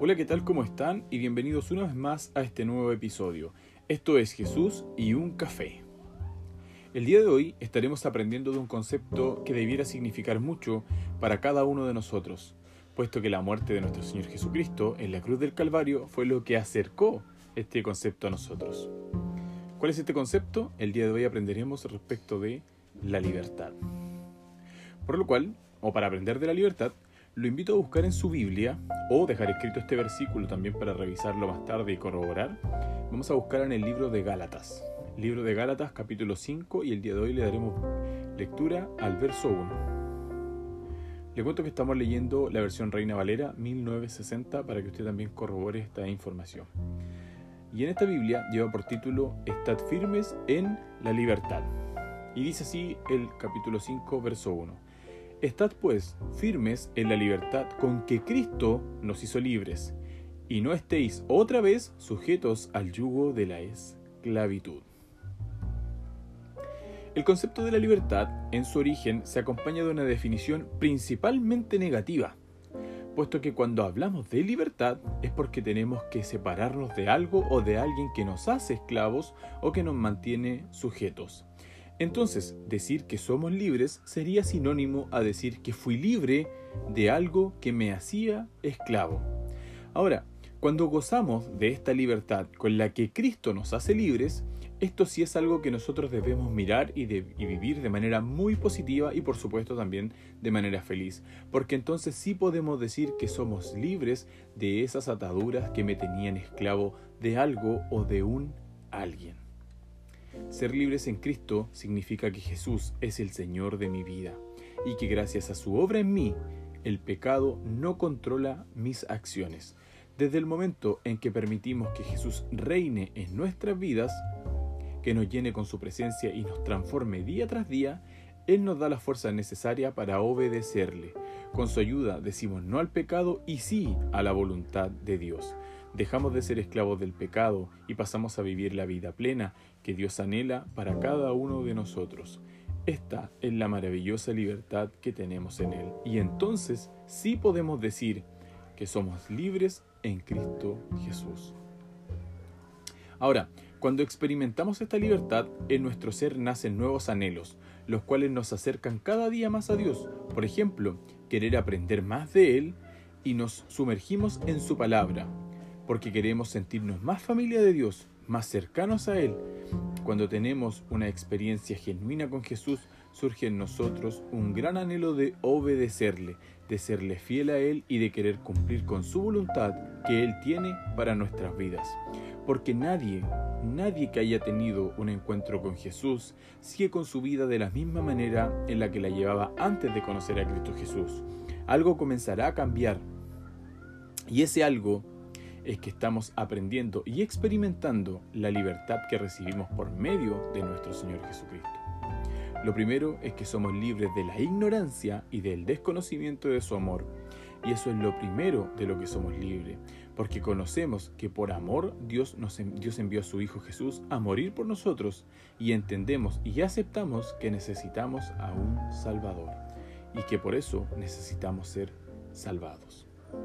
Hola, ¿qué tal? ¿Cómo están? Y bienvenidos una vez más a este nuevo episodio. Esto es Jesús y un café. El día de hoy estaremos aprendiendo de un concepto que debiera significar mucho para cada uno de nosotros, puesto que la muerte de nuestro Señor Jesucristo en la cruz del Calvario fue lo que acercó este concepto a nosotros. ¿Cuál es este concepto? El día de hoy aprenderemos respecto de la libertad. Por lo cual, o para aprender de la libertad, lo invito a buscar en su Biblia o dejar escrito este versículo también para revisarlo más tarde y corroborar. Vamos a buscar en el libro de Gálatas. Libro de Gálatas capítulo 5 y el día de hoy le daremos lectura al verso 1. Le cuento que estamos leyendo la versión Reina Valera 1960 para que usted también corrobore esta información. Y en esta Biblia lleva por título Estad firmes en la libertad. Y dice así el capítulo 5 verso 1. Estad pues firmes en la libertad con que Cristo nos hizo libres, y no estéis otra vez sujetos al yugo de la esclavitud. El concepto de la libertad, en su origen, se acompaña de una definición principalmente negativa, puesto que cuando hablamos de libertad es porque tenemos que separarnos de algo o de alguien que nos hace esclavos o que nos mantiene sujetos. Entonces, decir que somos libres sería sinónimo a decir que fui libre de algo que me hacía esclavo. Ahora, cuando gozamos de esta libertad con la que Cristo nos hace libres, esto sí es algo que nosotros debemos mirar y vivir de manera muy positiva y por supuesto también de manera feliz, porque entonces sí podemos decir que somos libres de esas ataduras que me tenían esclavo de algo o de un alguien. Ser libres en Cristo significa que Jesús es el Señor de mi vida y que gracias a su obra en mí, el pecado no controla mis acciones. Desde el momento en que permitimos que Jesús reine en nuestras vidas, que nos llene con su presencia y nos transforme día tras día, Él nos da la fuerza necesaria para obedecerle. Con su ayuda decimos no al pecado y sí a la voluntad de Dios. Dejamos de ser esclavos del pecado y pasamos a vivir la vida plena que Dios anhela para cada uno de nosotros. Esta es la maravillosa libertad que tenemos en Él. Y entonces sí podemos decir que somos libres en Cristo Jesús. Ahora, cuando experimentamos esta libertad, en nuestro ser nacen nuevos anhelos, los cuales nos acercan cada día más a Dios. Por ejemplo, querer aprender más de Él y nos sumergimos en su palabra, porque queremos sentirnos más familia de Dios, más cercanos a Él. Cuando tenemos una experiencia genuina con Jesús, surge en nosotros un gran anhelo de obedecerle, de serle fiel a Él y de querer cumplir con su voluntad que Él tiene para nuestras vidas. Porque nadie que haya tenido un encuentro con Jesús sigue con su vida de la misma manera en la que la llevaba antes de conocer a Cristo Jesús. Algo comenzará a cambiar. Y ese algo es que estamos aprendiendo y experimentando la libertad que recibimos por medio de nuestro Señor Jesucristo. Lo primero es que somos libres de la ignorancia y del desconocimiento de su amor. Y eso es lo primero de lo que somos libres, porque conocemos que por amor Dios envió a su Hijo Jesús a morir por nosotros y entendemos y aceptamos que necesitamos a un Salvador y que por eso necesitamos ser salvados.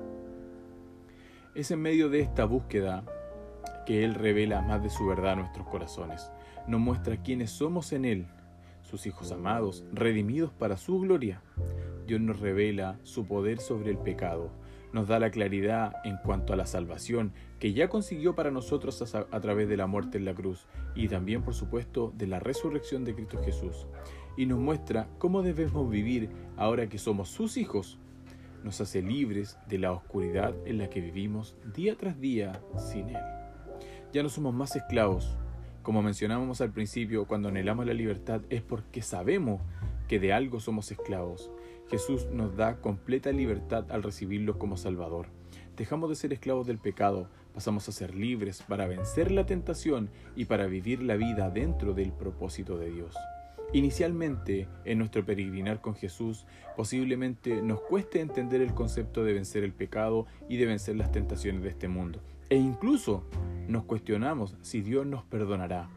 Es en medio de esta búsqueda que Él revela más de su verdad a nuestros corazones. Nos muestra quiénes somos en Él, sus hijos amados, redimidos para su gloria. Dios nos revela su poder sobre el pecado. Nos da la claridad en cuanto a la salvación que ya consiguió para nosotros a través de la muerte en la cruz y también, por supuesto, de la resurrección de Cristo Jesús. Y nos muestra cómo debemos vivir ahora que somos sus hijos. Nos hace libres de la oscuridad en la que vivimos día tras día sin Él. Ya no somos más esclavos. Como mencionábamos al principio, cuando anhelamos la libertad es porque sabemos que de algo somos esclavos. Jesús nos da completa libertad al recibirlo como Salvador. Dejamos de ser esclavos del pecado, pasamos a ser libres para vencer la tentación y para vivir la vida dentro del propósito de Dios. Inicialmente, en nuestro peregrinar con Jesús, posiblemente nos cueste entender el concepto de vencer el pecado y de vencer las tentaciones de este mundo. E incluso nos cuestionamos si Dios nos perdonará.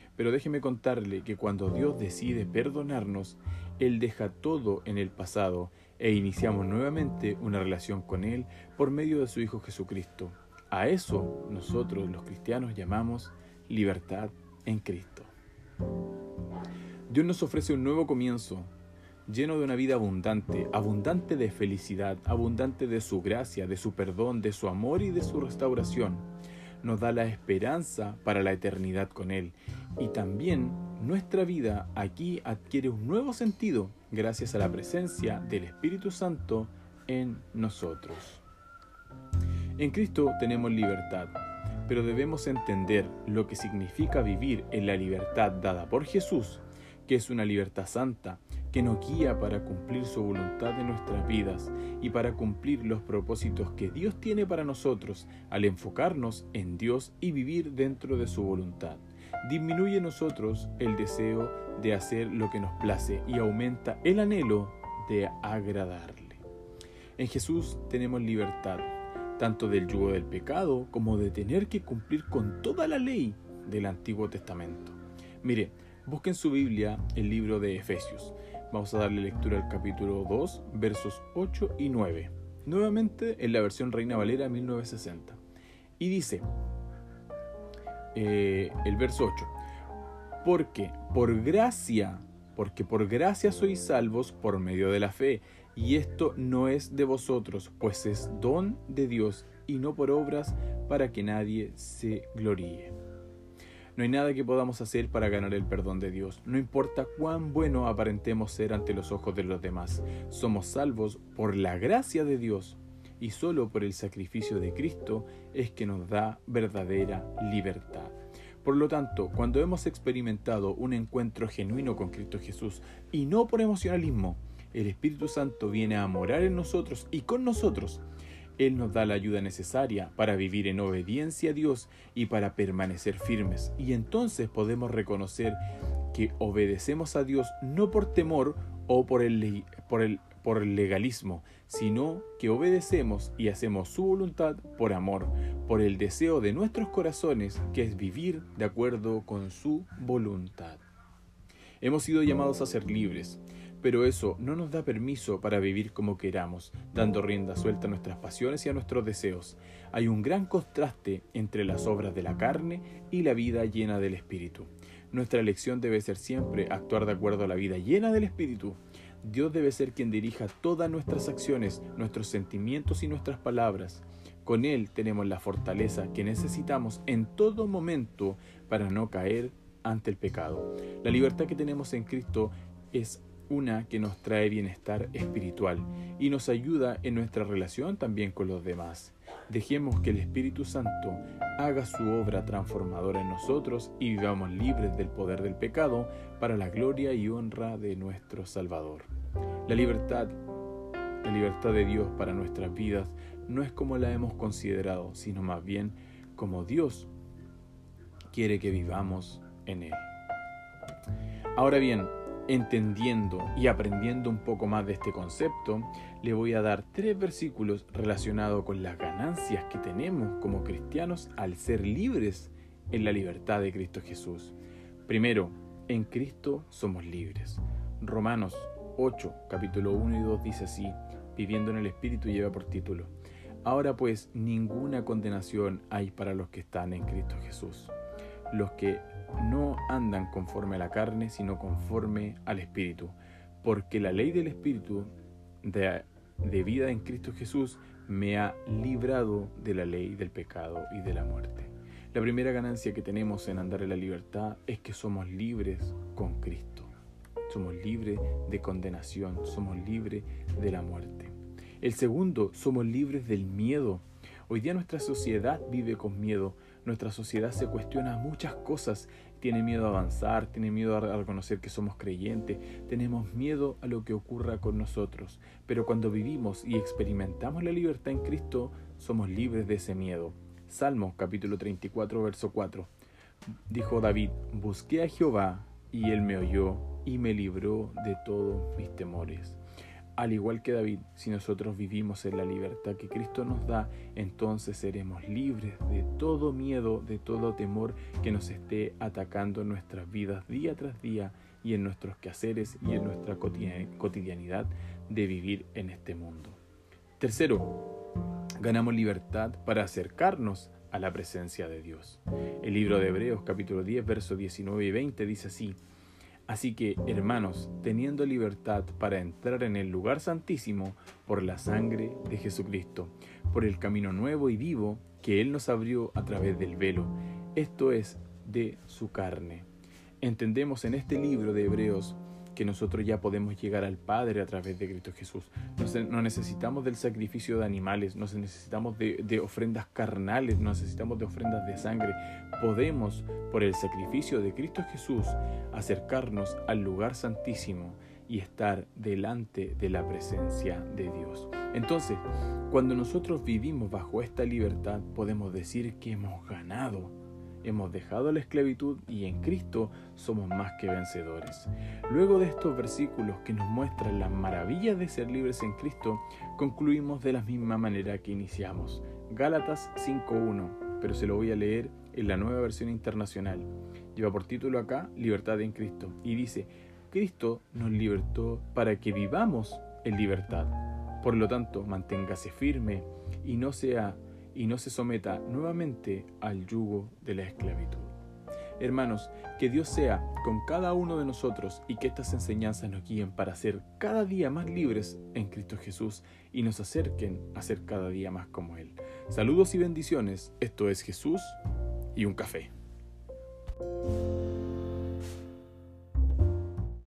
Pero déjeme contarle que cuando Dios decide perdonarnos, Él deja todo en el pasado e iniciamos nuevamente una relación con Él por medio de su Hijo Jesucristo. A eso nosotros los cristianos llamamos libertad en Cristo. Dios nos ofrece un nuevo comienzo, lleno de una vida abundante, abundante de felicidad, abundante de su gracia, de su perdón, de su amor y de su restauración. Nos da la esperanza para la eternidad con Él. Y también nuestra vida aquí adquiere un nuevo sentido gracias a la presencia del Espíritu Santo en nosotros. En Cristo tenemos libertad, pero debemos entender lo que significa vivir en la libertad dada por Jesús, que es una libertad santa, que nos guía para cumplir su voluntad en nuestras vidas y para cumplir los propósitos que Dios tiene para nosotros al enfocarnos en Dios y vivir dentro de su voluntad. Disminuye en nosotros el deseo de hacer lo que nos place y aumenta el anhelo de agradarle. En Jesús tenemos libertad, tanto del yugo del pecado como de tener que cumplir con toda la ley del Antiguo Testamento. Mire, busquen su Biblia el libro de Efesios. Vamos a darle lectura al capítulo 2, versos 8 y 9. Nuevamente en la versión Reina Valera 1960. Y dice, el verso 8, porque por gracia sois salvos por medio de la fe, y esto no es de vosotros, pues es don de Dios, y no por obras, para que nadie se gloríe. No hay nada que podamos hacer para ganar el perdón de Dios, no importa cuán bueno aparentemos ser ante los ojos de los demás. Somos salvos por la gracia de Dios, y solo por el sacrificio de Cristo es que nos da verdadera libertad. Por lo tanto, cuando hemos experimentado un encuentro genuino con Cristo Jesús, y no por emocionalismo, el Espíritu Santo viene a morar en nosotros y con nosotros. Él nos da la ayuda necesaria para vivir en obediencia a Dios y para permanecer firmes. Y entonces podemos reconocer que obedecemos a Dios no por temor o por el legalismo, sino que obedecemos y hacemos su voluntad por amor, por el deseo de nuestros corazones, que es vivir de acuerdo con su voluntad. Hemos sido llamados a ser libres, pero eso no nos da permiso para vivir como queramos, dando rienda suelta a nuestras pasiones y a nuestros deseos. Hay un gran contraste entre las obras de la carne y la vida llena del Espíritu. Nuestra elección debe ser siempre actuar de acuerdo a la vida llena del Espíritu. Dios debe ser quien dirija todas nuestras acciones, nuestros sentimientos y nuestras palabras. Con Él tenemos la fortaleza que necesitamos en todo momento para no caer ante el pecado. La libertad que tenemos en Cristo es una que nos trae bienestar espiritual y nos ayuda en nuestra relación también con los demás. Dejemos que el Espíritu Santo haga su obra transformadora en nosotros y vivamos libres del poder del pecado para la gloria y honra de nuestro Salvador. La libertad de Dios para nuestras vidas no es como la hemos considerado, sino más bien como Dios quiere que vivamos en Él. Ahora bien, entendiendo y aprendiendo un poco más de este concepto, le voy a dar 3 versículos relacionados con las ganancias que tenemos como cristianos al ser libres en la libertad de Cristo Jesús. Primero, en Cristo somos libres. Romanos 8, capítulo 1 y 2 dice así, viviendo en el Espíritu lleva por título: Ahora pues ninguna condenación hay para los que están en Cristo Jesús, los que no andan conforme a la carne, sino conforme al Espíritu, porque la ley del Espíritu de vida en Cristo Jesús me ha librado de la ley del pecado y de la muerte. La primera ganancia que tenemos en andar en la libertad es que somos libres con Cristo. Somos libres de condenación, somos libres de la muerte. El segundo, somos libres del miedo. Hoy día nuestra sociedad vive con miedo. Nuestra sociedad se cuestiona muchas cosas. Tiene miedo a avanzar, tiene miedo a reconocer que somos creyentes. Tenemos miedo a lo que ocurra con nosotros. Pero cuando vivimos y experimentamos la libertad en Cristo, somos libres de ese miedo. Salmos capítulo 34, verso 4. Dijo David: busqué a Jehová y Él me oyó y me libró de todos mis temores. al igual que David, si nosotros vivimos en la libertad que Cristo nos da, entonces seremos libres de todo miedo, de todo temor que nos esté atacando en nuestras vidas día tras día y en nuestros quehaceres y en nuestra cotidianidad de vivir en este mundo. Tercero, ganamos libertad para acercarnos a la presencia de Dios. El libro de Hebreos capítulo 10, versos 19 y 20 dice así: Así que, hermanos, teniendo libertad para entrar en el lugar santísimo por la sangre de Jesucristo, por el camino nuevo y vivo que Él nos abrió a través del velo, esto es, de su carne. Entendemos en este libro de Hebreos que nosotros ya podemos llegar al Padre a través de Cristo Jesús. No necesitamos del sacrificio de animales, no necesitamos de ofrendas carnales, no necesitamos de ofrendas de sangre. Podemos, por el sacrificio de Cristo Jesús, acercarnos al lugar santísimo y estar delante de la presencia de Dios. Entonces, cuando nosotros vivimos bajo esta libertad, podemos decir que hemos ganado. Hemos dejado la esclavitud y en Cristo somos más que vencedores. Luego de estos versículos que nos muestran las maravillas de ser libres en Cristo, concluimos de la misma manera que iniciamos. Gálatas 5:1, pero se lo voy a leer en la Nueva Versión Internacional. Lleva por título acá, Libertad en Cristo. Y dice: Cristo nos libertó para que vivamos en libertad. Por lo tanto, manténgase firme y no se someta nuevamente al yugo de la esclavitud. Hermanos, que Dios sea con cada uno de nosotros y que estas enseñanzas nos guíen para ser cada día más libres en Cristo Jesús y nos acerquen a ser cada día más como Él. Saludos y bendiciones. Esto es Jesús y un café.